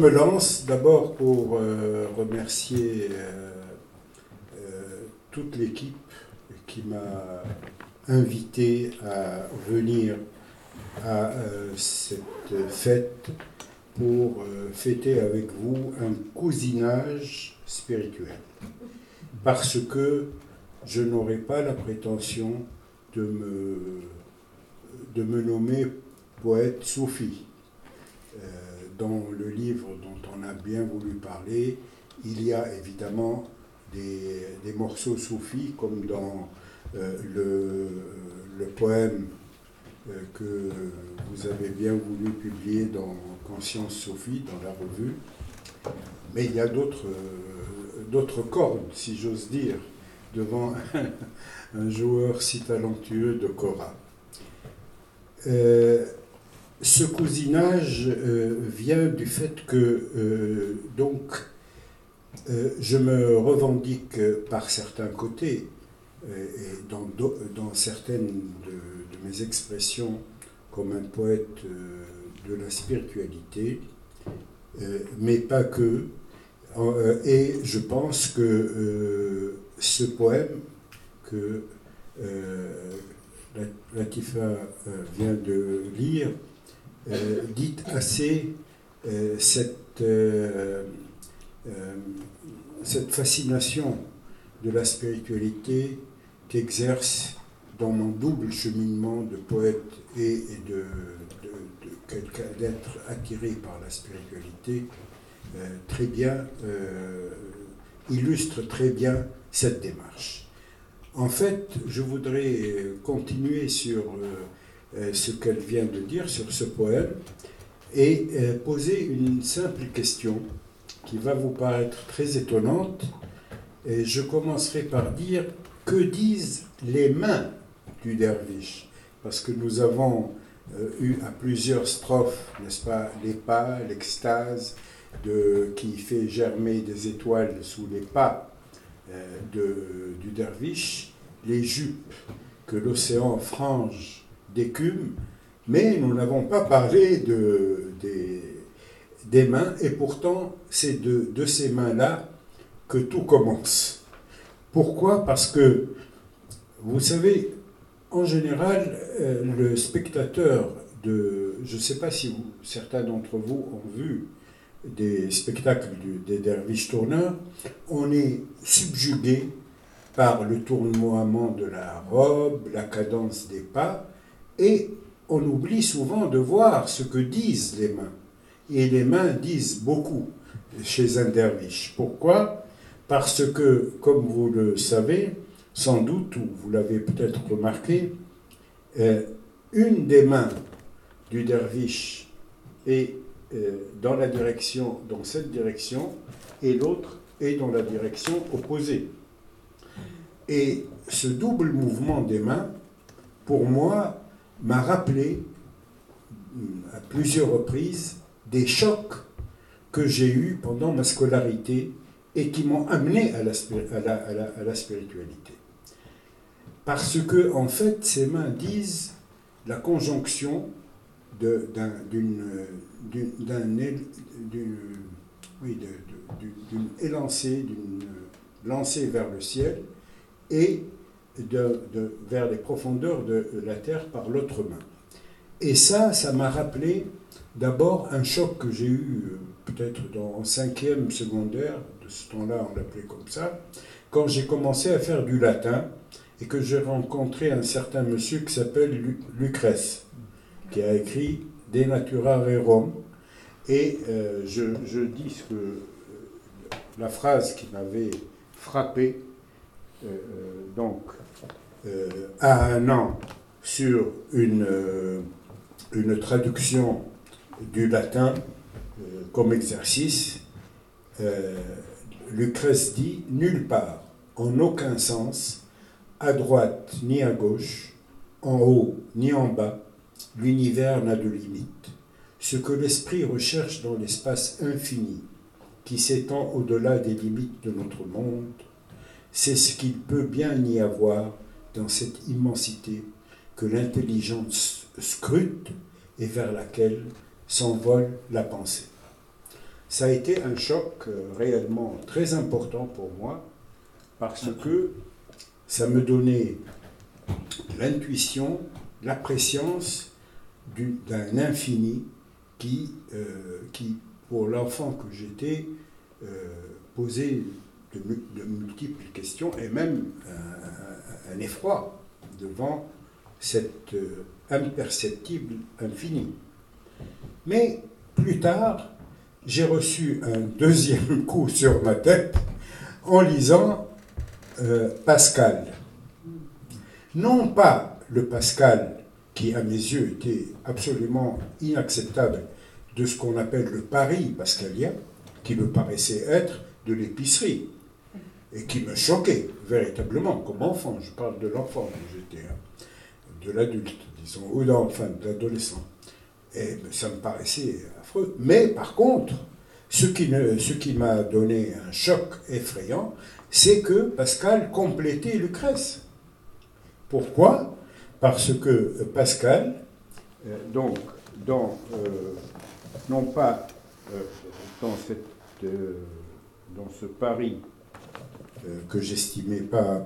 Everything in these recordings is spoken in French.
Je me lance d'abord pour remercier toute l'équipe qui m'a invité à venir à cette fête pour fêter avec vous un cousinage spirituel. Parce que je n'aurai pas la prétention de me nommer poète soufi. Dans le livre dont on a bien voulu parler, il y a évidemment des morceaux soufis, comme dans le poème que vous avez bien voulu publier dans Conscience Soufie, dans la revue. Mais il y a d'autres cordes, si j'ose dire, devant un joueur si talentueux de kora. Ce cousinage vient du fait que je me revendique par certains côtés et dans certaines de mes expressions comme un poète de la spiritualité, mais pas que. Et je pense que ce poème que Latifa vient de lire dit assez cette fascination de la spiritualité qu'exerce dans mon double cheminement de poète et d'être attiré par la spiritualité, très bien, illustre très bien cette démarche. En fait, je voudrais continuer sur ce qu'elle vient de dire, sur ce poème, et poser une simple question qui va vous paraître très étonnante. Et je commencerai par dire que disent les mains du derviche, parce que nous avons eu à plusieurs strophes, n'est-ce pas, les pas, l'extase qui fait germer des étoiles sous les pas du derviche, les jupes que l'océan frange d'écume, mais nous n'avons pas parlé des mains, et pourtant c'est de ces mains-là que tout commence. Pourquoi ? Parce que, vous savez, en général, le spectateur je ne sais pas si certains d'entre vous ont vu des spectacles des derviches tourneurs, on est subjugué par le tournoiement de la robe, la cadence des pas, et on oublie souvent de voir ce que disent les mains. Et les mains disent beaucoup chez un derviche. Pourquoi ? Parce que, comme vous le savez, sans doute, ou vous l'avez peut-être remarqué, une des mains du derviche est dans cette direction, et l'autre est dans la direction opposée. Et ce double mouvement des mains, pour moi, m'a rappelé à plusieurs reprises des chocs que j'ai eus pendant ma scolarité et qui m'ont amené à la spiritualité. Parce que, en fait, ces mains disent la conjonction d'une élancée, d'une lancée vers le ciel et vers les profondeurs de la terre par l'autre main. Et ça m'a rappelé d'abord un choc que j'ai eu peut-être en 5e secondaire, de ce temps-là on l'appelait comme ça, quand j'ai commencé à faire du latin et que j'ai rencontré un certain monsieur qui s'appelle Lucrèce, qui a écrit De Natura Rerum, et je dis la phrase qui m'avait frappé, à un an sur une traduction du latin comme exercice, Lucrèce dit « Nulle part, en aucun sens, à droite ni à gauche, en haut ni en bas, l'univers n'a de limite. Ce que l'esprit recherche dans l'espace infini, qui s'étend au-delà des limites de notre monde, c'est ce qu'il peut bien y avoir dans cette immensité que l'intelligence scrute et vers laquelle s'envole la pensée. » ça a été un choc réellement très important pour moi, parce que ça me donnait l'intuition, la préscience d'un infini qui, pour l'enfant que j'étais, posait de multiples questions et même un effroi devant cet imperceptible infini. Mais plus tard, j'ai reçu un deuxième coup sur ma tête en lisant Pascal. Non pas le Pascal qui, à mes yeux, était absolument inacceptable de ce qu'on appelle le pari pascalien, qui me paraissait être de l'épicerie, et qui me choquait véritablement comme enfant. Je parle de l'enfant que j'étais, de l'adulte, disons, ou de l'adolescent. Et ça me paraissait affreux. Mais par contre, ce qui m'a donné un choc effrayant, c'est que Pascal complétait Lucrèce. Pourquoi ? Parce que Pascal, donc, non pas dans ce pari que j'estimais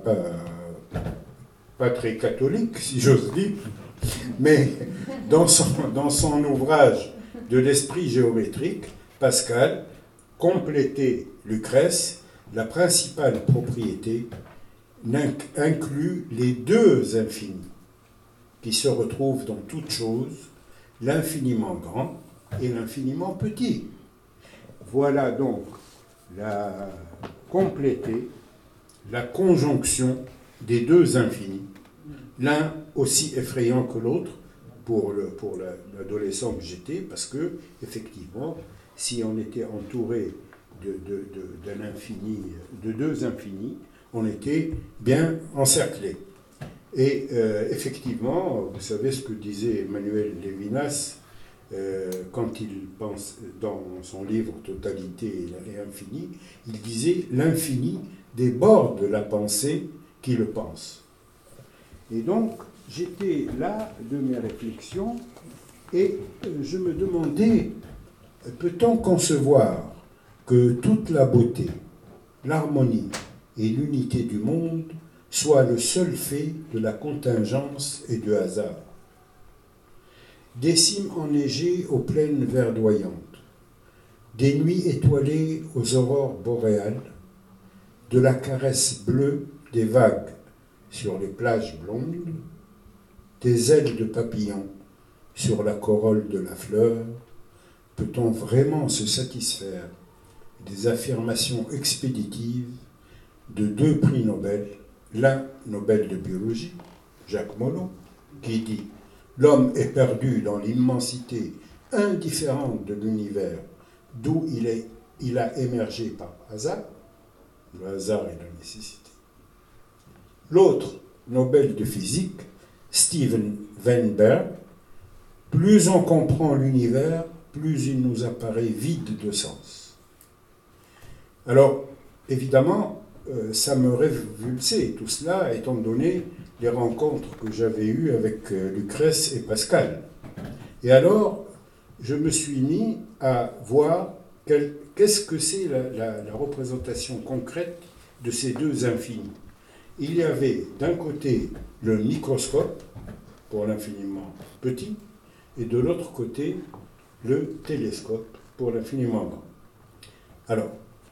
pas très catholique, si j'ose dire, mais dans son ouvrage de l'esprit géométrique, Pascal complétait Lucrèce. La principale propriété inclut les deux infinis qui se retrouvent dans toute chose, l'infiniment grand et l'infiniment petit. Voilà donc compléter la conjonction des deux infinis, l'un aussi effrayant que l'autre pour l'adolescent que j'étais, parce que effectivement, si on était entouré d'un infini, de deux infinis, on était bien encerclé. Et effectivement, vous savez ce que disait Emmanuel Lévinas quand il pense dans son livre Totalité et Infini, il disait l'infini déborde la pensée qui le pense. Et donc, j'étais là de mes réflexions et je me demandais, peut-on concevoir que toute la beauté, l'harmonie et l'unité du monde soit le seul fait de la contingence et du hasard? Des cimes enneigées aux plaines verdoyantes, des nuits étoilées aux aurores boréales, de la caresse bleue des vagues sur les plages blondes, des ailes de papillon sur la corolle de la fleur, peut-on vraiment se satisfaire des affirmations expéditives de deux prix Nobel, l'un Nobel de biologie, Jacques Monod, qui dit « L'homme est perdu dans l'immensité indifférente de l'univers d'où il a émergé par hasard. » Le hasard est la nécessité. L'autre Nobel de physique, Steven Weinberg, « Plus on comprend l'univers, plus il nous apparaît vide de sens. » Alors, évidemment, ça me révulsait tout cela, étant donné les rencontres que j'avais eues avec Lucrèce et Pascal. Et alors, je me suis mis à voir qu'est-ce que c'est la représentation concrète de ces deux infinis. Il y avait d'un côté le microscope, pour l'infiniment petit, et de l'autre côté le télescope, pour l'infiniment grand. Alors,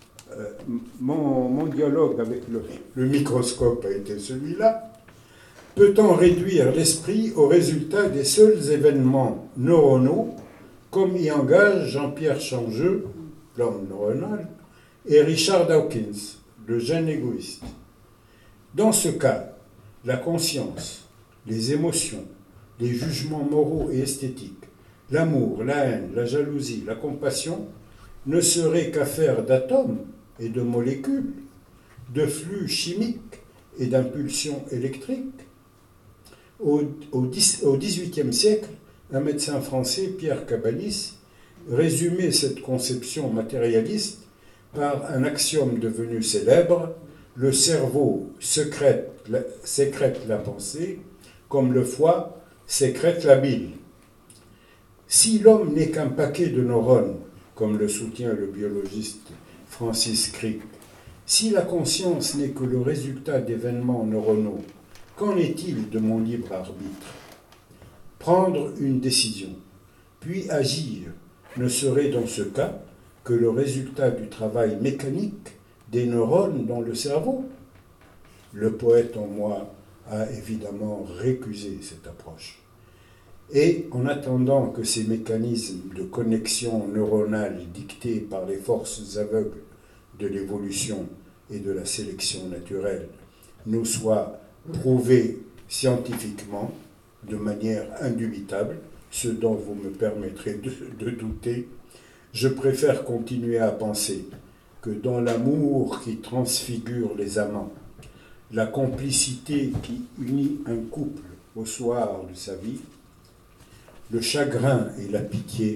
mon dialogue avec le microscope a été celui-là. Peut-on réduire l'esprit au résultat des seuls événements neuronaux, comme y engage Jean-Pierre Changeux, l'homme neuronal, et Richard Dawkins, le gène égoïste? Dans ce cas, la conscience, les émotions, les jugements moraux et esthétiques, l'amour, la haine, la jalousie, la compassion ne seraient qu'affaire d'atomes et de molécules, de flux chimiques et d'impulsions électriques. Au XVIIIe siècle, un médecin français, Pierre Cabanis, résumait cette conception matérialiste par un axiome devenu célèbre: le cerveau sécrète la pensée, comme le foie sécrète la bile. Si l'homme n'est qu'un paquet de neurones comme le soutient le biologiste Francis Crick. Si la conscience n'est que le résultat d'événements neuronaux, qu'en est-il de mon libre arbitre? Prendre une décision, puis agir, ne serait dans ce cas que le résultat du travail mécanique des neurones dans le cerveau? Le poète en moi a évidemment récusé cette approche. Et en attendant que ces mécanismes de connexion neuronale dictés par les forces aveugles de l'évolution et de la sélection naturelle nous soient prouvés scientifiquement de manière indubitable, ce dont vous me permettrez de douter, je préfère continuer à penser que dans l'amour qui transfigure les amants, la complicité qui unit un couple au soir de sa vie, le chagrin et la pitié,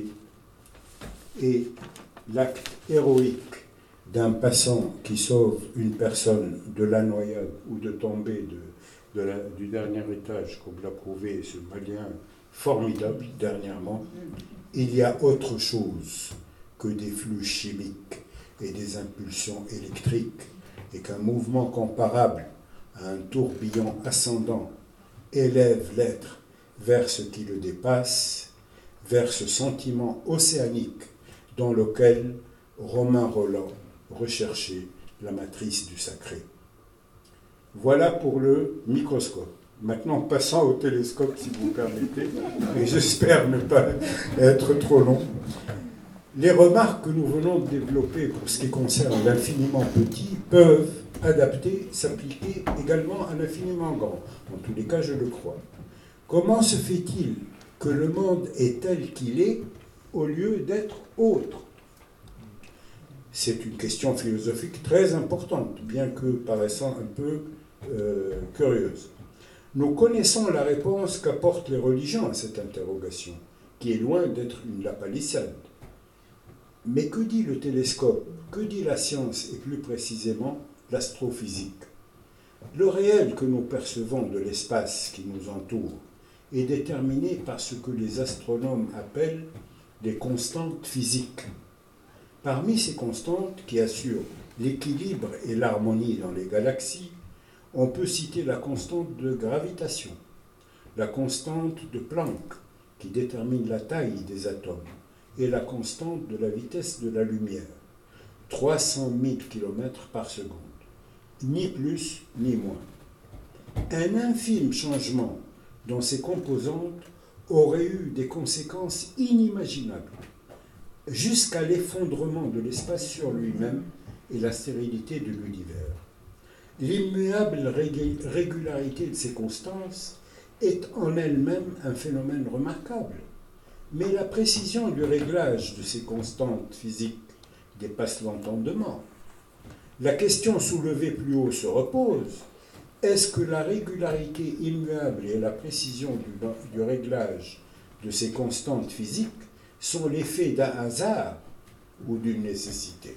et l'acte héroïque d'un passant qui sauve une personne de la noyade ou de tomber du dernier étage, comme l'a prouvé ce Malien formidable dernièrement, il y a autre chose que des flux chimiques et des impulsions électriques, et qu'un mouvement comparable à un tourbillon ascendant élève l'être vers ce qui le dépasse, vers ce sentiment océanique dans lequel Romain Rolland recherchait la matrice du sacré. Voilà pour le microscope. Maintenant, passons au télescope, si vous permettez, et j'espère ne pas être trop long. Les remarques que nous venons de développer pour ce qui concerne l'infiniment petit peuvent s'appliquer également à l'infiniment grand. En tous les cas, je le crois. Comment se fait-il que le monde est tel qu'il est au lieu d'être autre? C'est une question philosophique très importante, bien que paraissant un peu curieuse. Nous connaissons la réponse qu'apportent les religions à cette interrogation, qui est loin d'être une lapalissade. Mais que dit le télescope? Que dit la science et plus précisément l'astrophysique? Le réel que nous percevons de l'espace qui nous entoure est déterminé par ce que les astronomes appellent des constantes physiques. Parmi ces constantes qui assurent l'équilibre et l'harmonie dans les galaxies, on peut citer la constante de gravitation, la constante de Planck qui détermine la taille des atomes et la constante de la vitesse de la lumière, 300 000 km par seconde, ni plus ni moins. Un infime changement dans ces composantes aurait eu des conséquences inimaginables, jusqu'à l'effondrement de l'espace sur lui-même et la stérilité de l'univers. L'immuable régularité de ces constances est en elle-même un phénomène remarquable, mais la précision du réglage de ces constantes physiques dépasse l'entendement. La question soulevée plus haut se repose. Est-ce que la régularité immuable et la précision du réglage de ces constantes physiques sont l'effet d'un hasard ou d'une nécessité?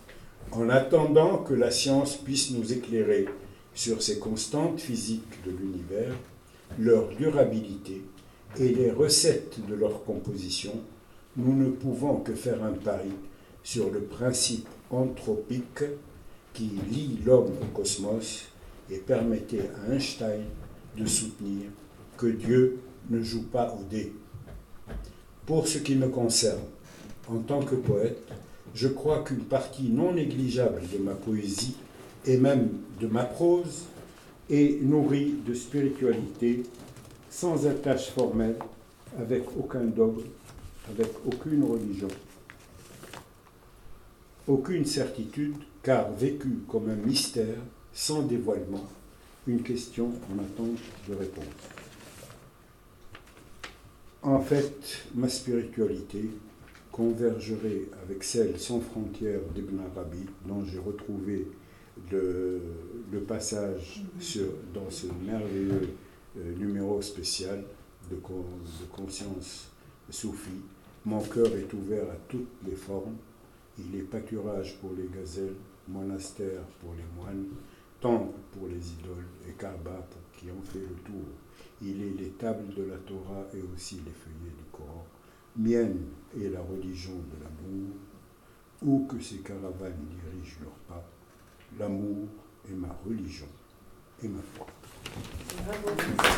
En attendant que la science puisse nous éclairer sur ces constantes physiques de l'univers, leur durabilité et les recettes de leur composition, nous ne pouvons que faire un pari sur le principe anthropique qui lie l'homme au cosmos et permettait à Einstein de soutenir que Dieu ne joue pas au dé. Pour ce qui me concerne, en tant que poète, je crois qu'une partie non négligeable de ma poésie et même de ma prose est nourrie de spiritualité, sans attache formelle, avec aucun dogme, avec aucune religion, aucune certitude, car vécue comme un mystère, sans dévoilement, une question en attente de réponse. En fait, ma spiritualité convergerait avec celle sans frontières d'Ibn Arabi, dont j'ai retrouvé le passage dans ce merveilleux numéro spécial de conscience soufie. Mon cœur est ouvert à toutes les formes. Il est pâturage pour les gazelles, monastère pour les moines, temple pour les idoles et Kaaba pour qui en fait le tour. Il est les tables de la Torah et aussi les feuillets du Coran. Mienne est la religion de l'amour, où que ces caravanes dirigent leurs pas, l'amour est ma religion et ma foi.